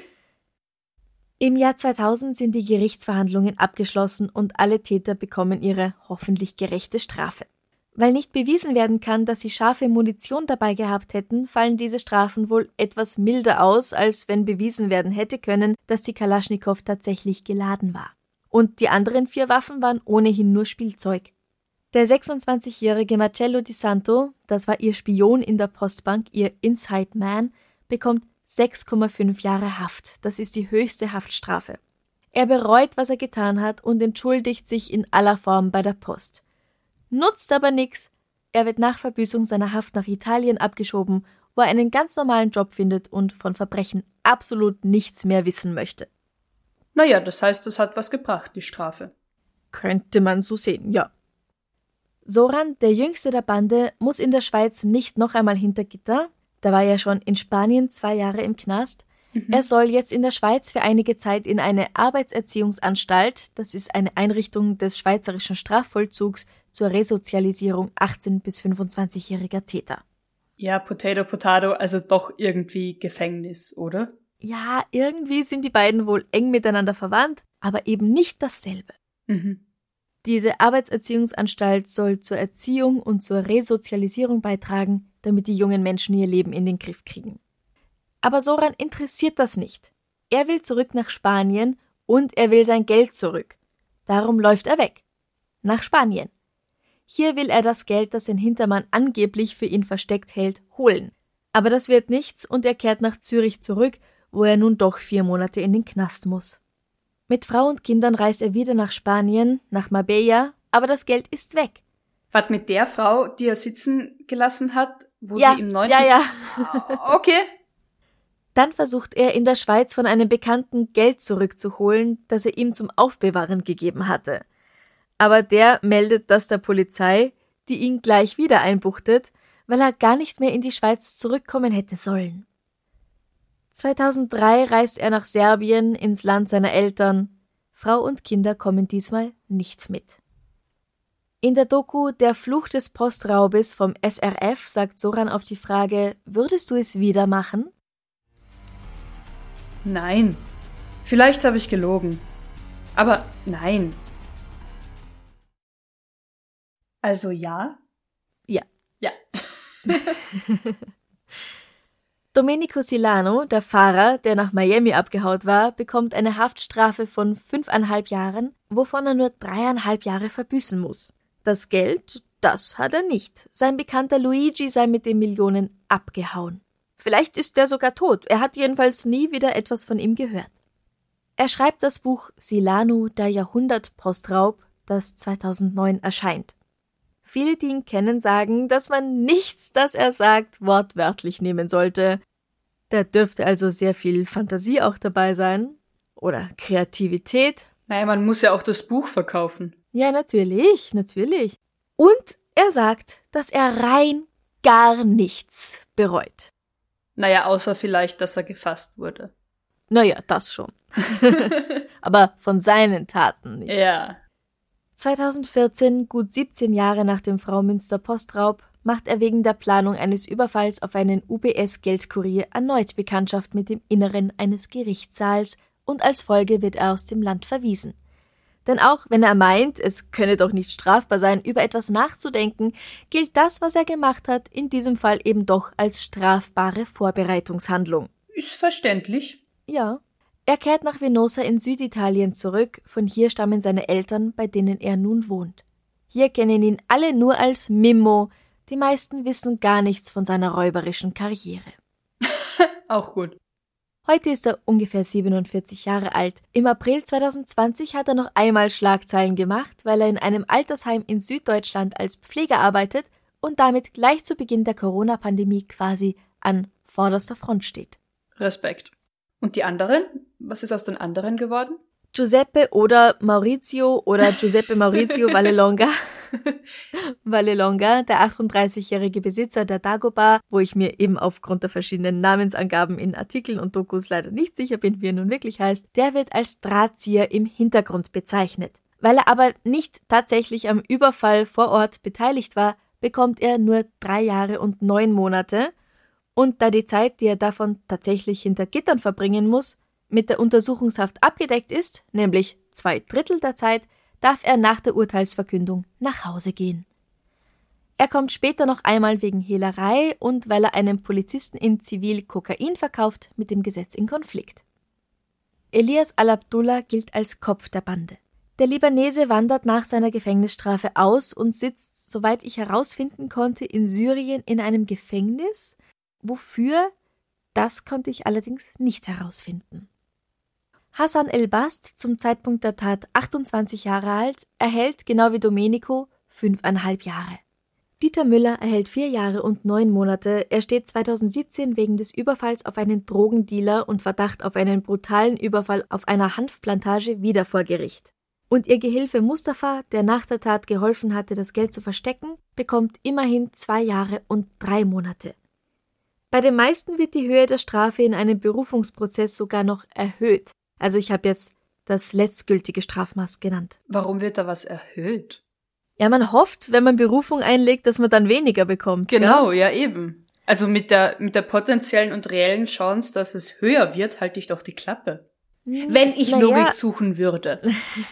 Speaker 2: Im Jahr zweitausend sind die Gerichtsverhandlungen abgeschlossen und alle Täter bekommen ihre hoffentlich gerechte Strafe. Weil nicht bewiesen werden kann, dass sie scharfe Munition dabei gehabt hätten, fallen diese Strafen wohl etwas milder aus, als wenn bewiesen werden hätte können, dass die Kalaschnikow tatsächlich geladen war. Und die anderen vier Waffen waren ohnehin nur Spielzeug. Der sechsundzwanzigjährige Marcello Di Santo, das war ihr Spion in der Postbank, ihr Inside Man, bekommt sechs Komma fünf Jahre Haft. Das ist die höchste Haftstrafe. Er bereut, was er getan hat und entschuldigt sich in aller Form bei der Post. Nutzt aber nix. Er wird nach Verbüßung seiner Haft nach Italien abgeschoben, wo er einen ganz normalen Job findet und von Verbrechen absolut nichts mehr wissen möchte.
Speaker 3: Naja, das heißt, es hat was gebracht, die Strafe.
Speaker 2: Könnte man so sehen, ja. Zoran, der jüngste der Bande, muss in der Schweiz nicht noch einmal hinter Gitter. Da war er schon in Spanien zwei Jahre im Knast. Mhm. Er soll jetzt in der Schweiz für einige Zeit in eine Arbeitserziehungsanstalt, das ist eine Einrichtung des schweizerischen Strafvollzugs, zur Resozialisierung achtzehn- bis fünfundzwanzigjähriger Täter.
Speaker 3: Ja, Potato, Potato, also doch irgendwie Gefängnis, oder?
Speaker 2: Ja, irgendwie sind die beiden wohl eng miteinander verwandt, aber eben nicht dasselbe.
Speaker 3: Mhm.
Speaker 2: Diese Arbeitserziehungsanstalt soll zur Erziehung und zur Resozialisierung beitragen, damit die jungen Menschen ihr Leben in den Griff kriegen. Aber Zoran interessiert das nicht. Er will zurück nach Spanien und er will sein Geld zurück. Darum läuft er weg. Nach Spanien. Hier will er das Geld, das sein Hintermann angeblich für ihn versteckt hält, holen. Aber das wird nichts und er kehrt nach Zürich zurück, wo er nun doch vier Monate in den Knast muss. Mit Frau und Kindern reist er wieder nach Spanien, nach Marbella, aber das Geld ist weg.
Speaker 3: Was mit der Frau, die er sitzen gelassen hat, wo
Speaker 2: ja,
Speaker 3: sie im neunten...
Speaker 2: Ja, ja,
Speaker 3: okay.
Speaker 2: Dann versucht er in der Schweiz von einem Bekannten Geld zurückzuholen, das er ihm zum Aufbewahren gegeben hatte. Aber der meldet das der Polizei, die ihn gleich wieder einbuchtet, weil er gar nicht mehr in die Schweiz zurückkommen hätte sollen. zweitausenddrei reist er nach Serbien, ins Land seiner Eltern. Frau und Kinder kommen diesmal nicht mit. In der Doku Der Fluch des Postraubes vom S R F sagt Zoran auf die Frage, würdest du es wieder machen?
Speaker 3: Nein. Vielleicht habe ich gelogen. Aber nein. Also ja?
Speaker 2: Ja.
Speaker 3: Ja.
Speaker 2: Domenico Silano, der Fahrer, der nach Miami abgehaut war, bekommt eine Haftstrafe von fünfeinhalb Jahren, wovon er nur dreieinhalb Jahre verbüßen muss. Das Geld, das hat er nicht. Sein Bekannter Luigi sei mit den Millionen abgehauen. Vielleicht ist er sogar tot. Er hat jedenfalls nie wieder etwas von ihm gehört. Er schreibt das Buch Silano, der Jahrhundert-Postraub, das zweitausendneun erscheint. Viele, die ihn kennen, sagen, dass man nichts, das er sagt, wortwörtlich nehmen sollte. Da dürfte also sehr viel Fantasie auch dabei sein. Oder Kreativität.
Speaker 3: Naja, man muss ja auch das Buch verkaufen.
Speaker 2: Ja, natürlich, natürlich. Und er sagt, dass er rein gar nichts bereut.
Speaker 3: Naja, außer vielleicht, dass er gefasst wurde.
Speaker 2: Naja, das schon. Aber von seinen Taten nicht.
Speaker 3: Ja.
Speaker 2: zweitausendvierzehn, gut siebzehn Jahre nach dem Fraumünster-Postraub, macht er wegen der Planung eines Überfalls auf einen U B S-Geldkurier erneut Bekanntschaft mit dem Inneren eines Gerichtssaals und als Folge wird er aus dem Land verwiesen. Denn auch wenn er meint, es könne doch nicht strafbar sein, über etwas nachzudenken, gilt das, was er gemacht hat, in diesem Fall eben doch als strafbare Vorbereitungshandlung.
Speaker 3: Ist verständlich.
Speaker 2: Ja. Er kehrt nach Venosa in Süditalien zurück, von hier stammen seine Eltern, bei denen er nun wohnt. Hier kennen ihn alle nur als Mimmo, die meisten wissen gar nichts von seiner räuberischen Karriere.
Speaker 3: Auch gut.
Speaker 2: Heute ist er ungefähr siebenundvierzig Jahre alt. Im April zweitausendzwanzig hat er noch einmal Schlagzeilen gemacht, weil er in einem Altersheim in Süddeutschland als Pfleger arbeitet und damit gleich zu Beginn der Corona-Pandemie quasi an vorderster Front steht.
Speaker 3: Respekt. Und die anderen? Was ist aus den anderen geworden?
Speaker 2: Giuseppe oder Maurizio oder Giuseppe Maurizio Vallelonga. Vallelonga, der achtunddreißigjährige Besitzer der Dagobah, wo ich mir eben aufgrund der verschiedenen Namensangaben in Artikeln und Dokus leider nicht sicher bin, wie er nun wirklich heißt, der wird als Drahtzieher im Hintergrund bezeichnet. Weil er aber nicht tatsächlich am Überfall vor Ort beteiligt war, bekommt er nur drei Jahre und neun Monate. Und da die Zeit, die er davon tatsächlich hinter Gittern verbringen muss, mit der Untersuchungshaft abgedeckt ist, nämlich zwei Drittel der Zeit, darf er nach der Urteilsverkündung nach Hause gehen. Er kommt später noch einmal wegen Hehlerei und weil er einem Polizisten in Zivil Kokain verkauft, mit dem Gesetz in Konflikt. Elias Al-Abdullah gilt als Kopf der Bande. Der Libanese wandert nach seiner Gefängnisstrafe aus und sitzt, soweit ich herausfinden konnte, in Syrien in einem Gefängnis. Wofür? Das konnte ich allerdings nicht herausfinden. Hassan El-Bast, zum Zeitpunkt der Tat achtundzwanzig Jahre alt, erhält, genau wie Domenico, fünfeinhalb Jahre. Dieter Müller erhält vier Jahre und neun Monate. Er steht zweitausendsiebzehn wegen des Überfalls auf einen Drogendealer und Verdacht auf einen brutalen Überfall auf einer Hanfplantage wieder vor Gericht. Und ihr Gehilfe Mustafa, der nach der Tat geholfen hatte, das Geld zu verstecken, bekommt immerhin zwei Jahre und drei Monate. Bei den meisten wird die Höhe der Strafe in einem Berufungsprozess sogar noch erhöht. Also ich habe jetzt das letztgültige Strafmaß genannt.
Speaker 3: Warum wird da was erhöht?
Speaker 2: Ja, man hofft, wenn man Berufung einlegt, dass man dann weniger bekommt.
Speaker 3: Genau,
Speaker 2: gell?
Speaker 3: Ja eben. Also mit der, mit der potenziellen und reellen Chance, dass es höher wird, halte ich doch die Klappe. Hm, wenn ich naja. Logik suchen würde.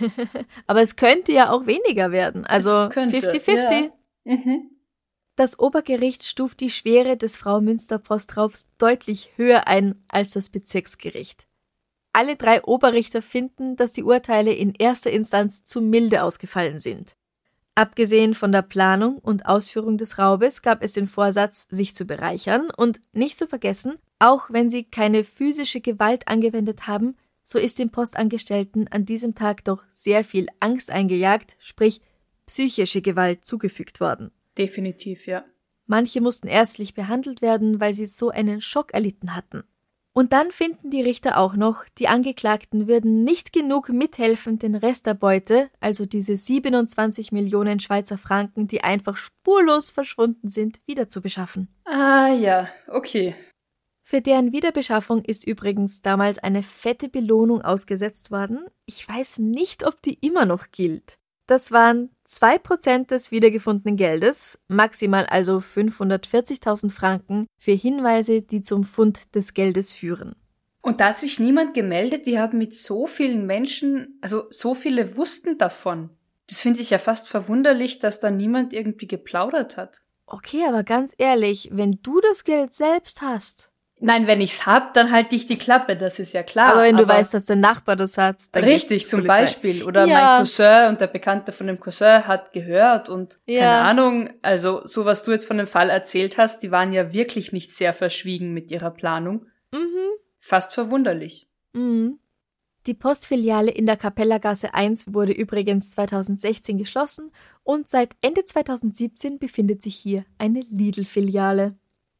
Speaker 2: Aber es könnte ja auch weniger werden. Also fifty fifty.
Speaker 3: Ja. Mhm.
Speaker 2: Das Obergericht stuft die Schwere des Frau Münster-Postraubs deutlich höher ein als das Bezirksgericht. Alle drei Oberrichter finden, dass die Urteile in erster Instanz zu milde ausgefallen sind. Abgesehen von der Planung und Ausführung des Raubes gab es den Vorsatz, sich zu bereichern und nicht zu vergessen, auch wenn sie keine physische Gewalt angewendet haben, so ist den Postangestellten an diesem Tag doch sehr viel Angst eingejagt, sprich psychische Gewalt zugefügt worden.
Speaker 3: Definitiv, ja.
Speaker 2: Manche mussten ärztlich behandelt werden, weil sie so einen Schock erlitten hatten. Und dann finden die Richter auch noch, die Angeklagten würden nicht genug mithelfen, den Rest der Beute, also diese siebenundzwanzig Millionen Schweizer Franken, die einfach spurlos verschwunden sind, wiederzubeschaffen.
Speaker 3: Ah ja, okay.
Speaker 2: Für deren Wiederbeschaffung ist übrigens damals eine fette Belohnung ausgesetzt worden. Ich weiß nicht, ob die immer noch gilt. Das waren zwei Prozent des wiedergefundenen Geldes, maximal also fünfhundertvierzigtausend Franken für Hinweise, die zum Fund des Geldes führen.
Speaker 3: Und da hat sich niemand gemeldet, die haben mit so vielen Menschen, also so viele wussten davon. Das finde ich ja fast verwunderlich, dass da niemand irgendwie geplaudert hat.
Speaker 2: Okay, aber ganz ehrlich, wenn du das Geld selbst hast...
Speaker 3: Nein, wenn ich's hab, dann halte ich die Klappe, das ist ja klar.
Speaker 2: Aber wenn du
Speaker 3: aber
Speaker 2: weißt, dass der Nachbar das hat, dann
Speaker 3: richtig, zum
Speaker 2: Polizei.
Speaker 3: Beispiel. Oder
Speaker 2: ja.
Speaker 3: mein Cousin und der Bekannte von dem Cousin hat gehört und
Speaker 2: ja.
Speaker 3: keine Ahnung. Also so, was du jetzt von dem Fall erzählt hast, die waren ja wirklich nicht sehr verschwiegen mit ihrer Planung.
Speaker 2: Mhm.
Speaker 3: Fast verwunderlich.
Speaker 2: Mhm. Die Postfiliale in der Kapellergasse eins wurde übrigens zweitausendsechzehn geschlossen und seit Ende zweitausendsiebzehn befindet sich hier eine Lidl-Filiale.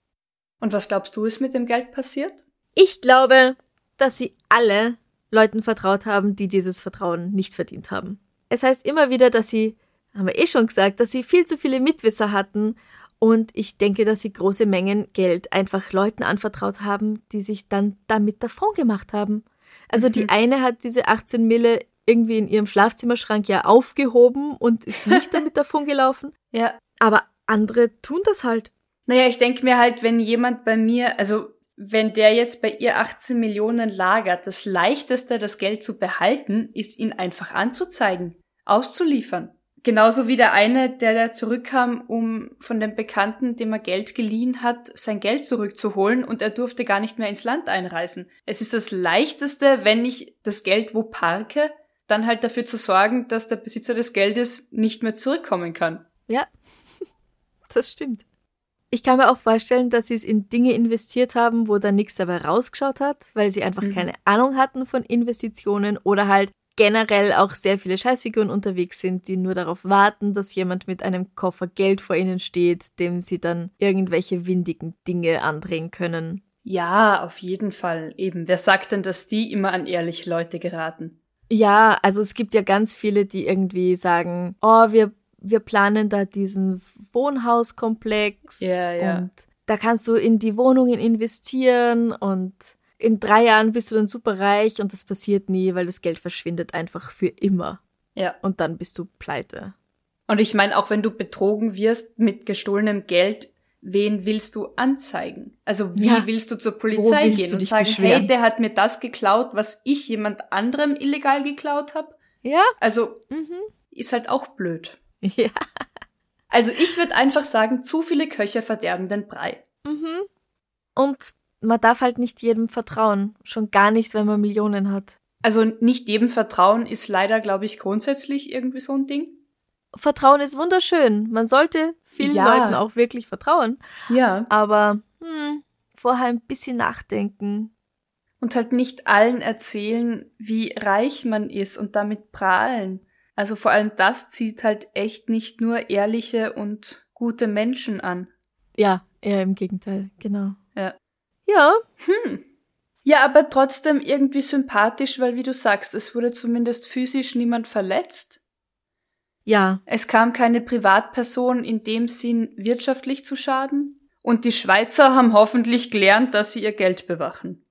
Speaker 3: Und was glaubst du, ist mit dem Geld passiert?
Speaker 2: Ich glaube, dass sie alle Leuten vertraut haben, die dieses Vertrauen nicht verdient haben. Es heißt immer wieder, dass sie, haben wir eh schon gesagt, dass sie viel zu viele Mitwisser hatten und ich denke, dass sie große Mengen Geld einfach Leuten anvertraut haben, die sich dann damit davon gemacht haben. Also mhm. die eine hat diese achtzehn Mille irgendwie in ihrem Schlafzimmerschrank ja aufgehoben und ist nicht damit davon gelaufen.
Speaker 3: Ja.
Speaker 2: Aber andere tun das halt.
Speaker 3: Naja, ich denke mir halt, wenn jemand bei mir, also wenn der jetzt bei ihr achtzehn Millionen lagert, das Leichteste, das Geld zu behalten, ist ihn einfach anzuzeigen, auszuliefern. Genauso wie der eine, der da zurückkam, um von dem Bekannten, dem er Geld geliehen hat, sein Geld zurückzuholen und er durfte gar nicht mehr ins Land einreisen. Es ist das Leichteste, wenn ich das Geld wo parke, dann halt dafür zu sorgen, dass der Besitzer des Geldes nicht mehr zurückkommen kann.
Speaker 2: Ja, das stimmt. Ich kann mir auch vorstellen, dass sie es in Dinge investiert haben, wo dann nichts dabei rausgeschaut hat, weil sie einfach mhm. keine Ahnung hatten von Investitionen oder halt generell auch sehr viele Scheißfiguren unterwegs sind, die nur darauf warten, dass jemand mit einem Koffer Geld vor ihnen steht, dem sie dann irgendwelche windigen Dinge andrehen können.
Speaker 3: Ja, auf jeden Fall. Eben, wer sagt denn, dass die immer an ehrliche Leute geraten?
Speaker 2: Ja, also es gibt ja ganz viele, die irgendwie sagen, oh, wir, wir planen da diesen Wohnhauskomplex
Speaker 3: Ja, ja.
Speaker 2: und da kannst du in die Wohnungen investieren und in drei Jahren bist du dann super reich und das passiert nie, weil das Geld verschwindet einfach für immer.
Speaker 3: Ja.
Speaker 2: Und dann bist du pleite.
Speaker 3: Und ich meine, auch wenn du betrogen wirst mit gestohlenem Geld, wen willst du anzeigen? Also wie
Speaker 2: Ja.
Speaker 3: willst du zur
Speaker 2: Wo
Speaker 3: Polizei
Speaker 2: willst
Speaker 3: gehen
Speaker 2: du
Speaker 3: und
Speaker 2: dich
Speaker 3: sagen,
Speaker 2: beschweren?
Speaker 3: hey, der hat mir das geklaut, was ich jemand anderem illegal geklaut habe?
Speaker 2: Ja?
Speaker 3: Also
Speaker 2: Mhm.
Speaker 3: ist halt auch blöd.
Speaker 2: Ja.
Speaker 3: Also ich würde einfach sagen, zu viele Köche verderben den Brei.
Speaker 2: Mhm. Und man darf halt nicht jedem vertrauen. Schon gar nicht, wenn man Millionen hat.
Speaker 3: Also nicht jedem Vertrauen ist leider, glaube ich, grundsätzlich irgendwie so ein Ding.
Speaker 2: Vertrauen ist wunderschön. Man sollte vielen
Speaker 3: Ja.
Speaker 2: Leuten auch wirklich vertrauen.
Speaker 3: Ja.
Speaker 2: Aber hm, vorher ein bisschen nachdenken.
Speaker 3: Und halt nicht allen erzählen, wie reich man ist und damit prahlen. Also vor allem das zieht halt echt nicht nur ehrliche und gute Menschen an.
Speaker 2: Ja, eher im Gegenteil, genau.
Speaker 3: Ja.
Speaker 2: Ja,
Speaker 3: Hm. Ja, aber trotzdem irgendwie sympathisch, weil wie du sagst, es wurde zumindest physisch niemand verletzt.
Speaker 2: ja,
Speaker 3: Es kam keine Privatperson in dem Sinn wirtschaftlich zu Schaden. Und die Schweizer haben hoffentlich gelernt, dass sie ihr Geld bewachen.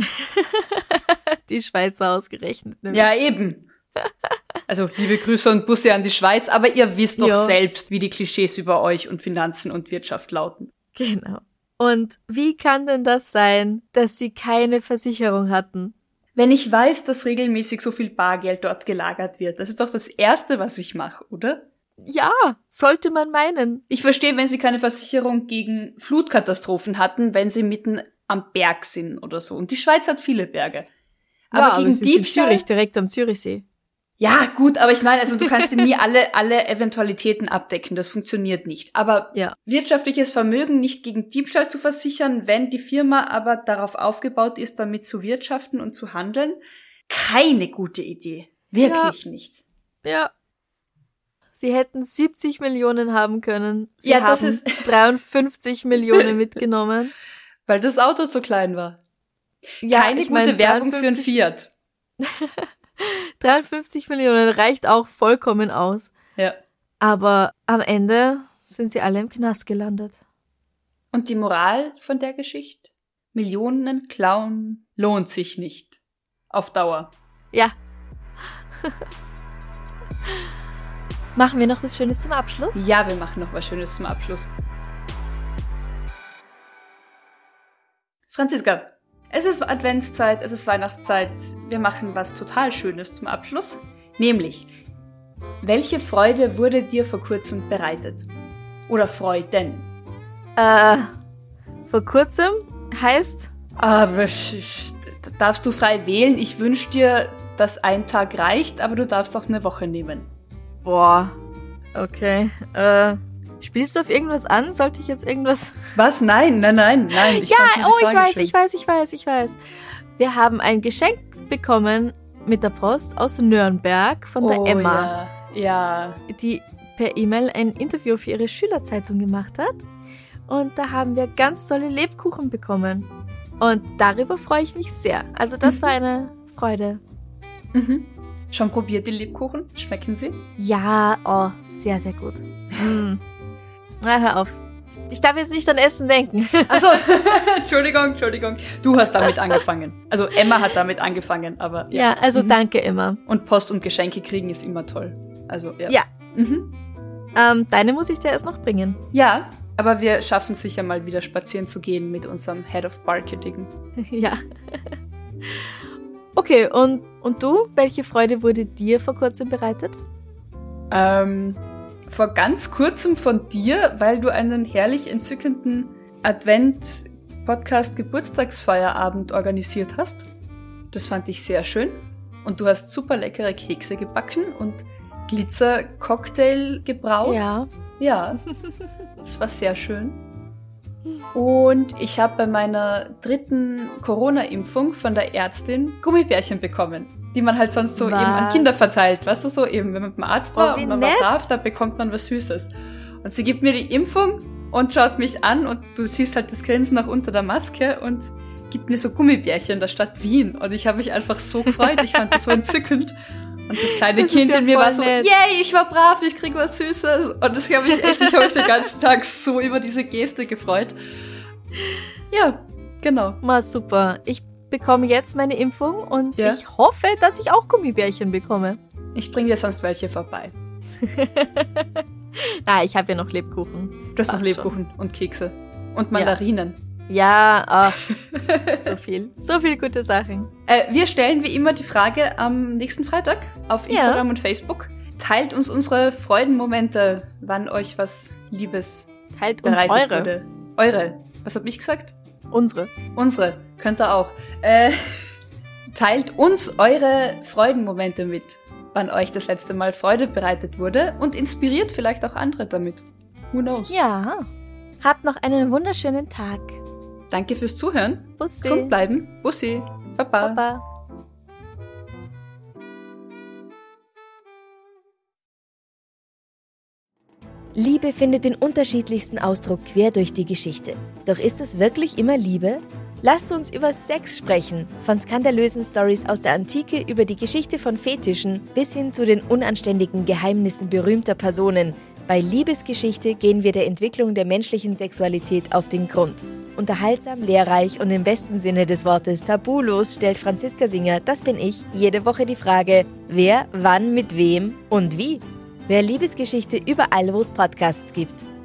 Speaker 2: die Schweizer ausgerechnet. Ne?
Speaker 3: Ja, eben. Also liebe Grüße und Busse an die Schweiz, aber ihr wisst doch
Speaker 2: Ja.
Speaker 3: selbst, wie die Klischees über euch und Finanzen und Wirtschaft lauten.
Speaker 2: Genau. Und wie kann denn das sein, dass sie keine Versicherung hatten?
Speaker 3: Wenn ich weiß, dass regelmäßig so viel Bargeld dort gelagert wird, das ist doch das Erste, was ich mache, oder?
Speaker 2: Ja, sollte man meinen.
Speaker 3: Ich verstehe, wenn sie keine Versicherung gegen Flutkatastrophen hatten, wenn sie mitten am Berg sind oder so. Und die Schweiz hat viele Berge. Aber
Speaker 2: ja,
Speaker 3: gegen
Speaker 2: es ist in
Speaker 3: Diebstahl...
Speaker 2: Zürich, direkt am Zürichsee.
Speaker 3: Ja, gut, aber ich meine, also du kannst nie alle, alle Eventualitäten abdecken. Das funktioniert nicht. Aber
Speaker 2: Ja.
Speaker 3: wirtschaftliches Vermögen nicht gegen Diebstahl zu versichern, wenn die Firma aber darauf aufgebaut ist, damit zu wirtschaften und zu handeln, keine gute Idee. Wirklich nicht.
Speaker 2: Ja. Sie hätten siebzig Millionen haben können. Sie
Speaker 3: Ja,
Speaker 2: haben
Speaker 3: das ist-
Speaker 2: dreiundfünfzig Millionen mitgenommen.
Speaker 3: Weil das Auto zu klein war.
Speaker 2: Ja,
Speaker 3: keine
Speaker 2: ich
Speaker 3: gute
Speaker 2: mein,
Speaker 3: Werbung für ein
Speaker 2: dreiundfünfzig
Speaker 3: Fiat.
Speaker 2: dreiundfünfzig Millionen reicht auch vollkommen aus.
Speaker 3: Ja.
Speaker 2: Aber am Ende sind sie alle im Knast gelandet.
Speaker 3: Und die Moral von der Geschichte? Millionen klauen lohnt sich nicht. Auf Dauer.
Speaker 2: Ja. Machen wir noch was Schönes zum Abschluss?
Speaker 3: Ja, wir machen noch was Schönes zum Abschluss. Franziska, es ist Adventszeit, es ist Weihnachtszeit. Wir machen was total Schönes zum Abschluss. Nämlich, welche Freude wurde dir vor kurzem bereitet? Oder Freuden?
Speaker 2: Äh, vor kurzem heißt,
Speaker 3: Aber darfst du frei wählen? Ich wünsche dir, dass ein Tag reicht, aber du darfst auch eine Woche nehmen.
Speaker 2: boah, okay, äh, spielst du auf irgendwas an? Sollte ich jetzt irgendwas...
Speaker 3: Was? Nein, nein, nein, nein. Ich
Speaker 2: ja,
Speaker 3: fand die
Speaker 2: oh, ich
Speaker 3: Frage
Speaker 2: weiß,
Speaker 3: schön.
Speaker 2: ich weiß, ich weiß, ich weiß. Wir haben ein Geschenk bekommen mit der Post aus Nürnberg von der
Speaker 3: oh,
Speaker 2: Emma,
Speaker 3: Ja, ja.
Speaker 2: die per E-Mail ein Interview für ihre Schülerzeitung gemacht hat. Und da haben wir ganz tolle Lebkuchen bekommen. Und darüber freue ich mich sehr. Also das war eine Freude.
Speaker 3: Mhm. Schon probiert die Lebkuchen? Schmecken sie?
Speaker 2: Ja, oh, sehr, sehr gut. Mm. Na, hör auf. Ich darf jetzt nicht an Essen denken.
Speaker 3: Achso, Entschuldigung, Entschuldigung. Du hast damit angefangen. Also Emma hat damit angefangen, aber ja.
Speaker 2: Ja, also
Speaker 3: Mhm.
Speaker 2: danke immer.
Speaker 3: Und Post und Geschenke kriegen ist immer toll. Also ja.
Speaker 2: Ja.
Speaker 3: Mhm.
Speaker 2: Ähm, deine muss ich dir erst noch bringen.
Speaker 3: Ja, aber wir schaffen sicher mal wieder spazieren zu gehen mit unserem Head of Marketing.
Speaker 2: Ja. Okay, und, und du? Welche Freude wurde dir vor kurzem bereitet?
Speaker 3: Ähm, vor ganz kurzem von dir, weil du einen herrlich entzückenden Advent-Podcast-Geburtstagsfeierabend organisiert hast. Das fand ich sehr schön. Und du hast super leckere Kekse gebacken und Glitzer-Cocktail gebraut.
Speaker 2: Ja.
Speaker 3: Ja, das war sehr schön. Und ich habe bei meiner dritten Corona-Impfung von der Ärztin Gummibärchen bekommen, die man halt sonst so
Speaker 2: Was?
Speaker 3: eben an Kinder verteilt. Weißt du, so eben, wenn man beim Arzt war
Speaker 2: Oh, wie
Speaker 3: und man
Speaker 2: nett.
Speaker 3: war brav, da bekommt man was Süßes. Und sie gibt mir die Impfung und schaut mich an und du siehst halt das Grinsen noch unter der Maske und gibt mir so Gummibärchen in der Stadt Wien. Und ich habe mich einfach so gefreut. Ich fand das so entzückend. Und das kleine das Kind ja in mir war so, nett. Yay, ich war brav, ich krieg was Süßes. Und das habe ich echt, ich habe mich den ganzen Tag so über diese Geste gefreut. Ja, genau.
Speaker 2: War super. Ich bekomme jetzt meine Impfung und ja? ich hoffe, dass ich auch Gummibärchen bekomme.
Speaker 3: Ich bringe dir sonst welche vorbei.
Speaker 2: Ah, ich habe ja noch Lebkuchen.
Speaker 3: Du hast noch Lebkuchen schon. Und Kekse. Und Mandarinen.
Speaker 2: Ja, ja ach, so viel. So viel gute Sachen.
Speaker 3: Äh, wir stellen wie immer die Frage am nächsten Freitag auf Instagram ja. und Facebook. Teilt uns unsere Freudenmomente, wann euch was Liebes
Speaker 2: Teilt uns eure.
Speaker 3: Wurde. Eure. Was hab ich gesagt?
Speaker 2: Unsere.
Speaker 3: Unsere. Könnt ihr auch. Äh, teilt uns eure Freudenmomente mit, wann euch das letzte Mal Freude bereitet wurde und inspiriert vielleicht auch andere damit. Who knows?
Speaker 2: Ja. Habt noch einen wunderschönen Tag.
Speaker 3: Danke fürs Zuhören.
Speaker 2: Bussi.
Speaker 3: Gesund bleiben. Bussi. Baba.
Speaker 2: Baba.
Speaker 5: Liebe findet den unterschiedlichsten Ausdruck quer durch die Geschichte. Doch ist es wirklich immer Liebe? Lasst uns über Sex sprechen, von skandalösen Storys aus der Antike über die Geschichte von Fetischen bis hin zu den unanständigen Geheimnissen berühmter Personen. Bei Liebesgeschichte gehen wir der Entwicklung der menschlichen Sexualität auf den Grund. Unterhaltsam, lehrreich und im besten Sinne des Wortes tabulos stellt Franziska Singer, das bin ich, jede Woche die Frage, wer, wann, mit wem und wie. Wer Liebesgeschichte überall, wo es Podcasts gibt.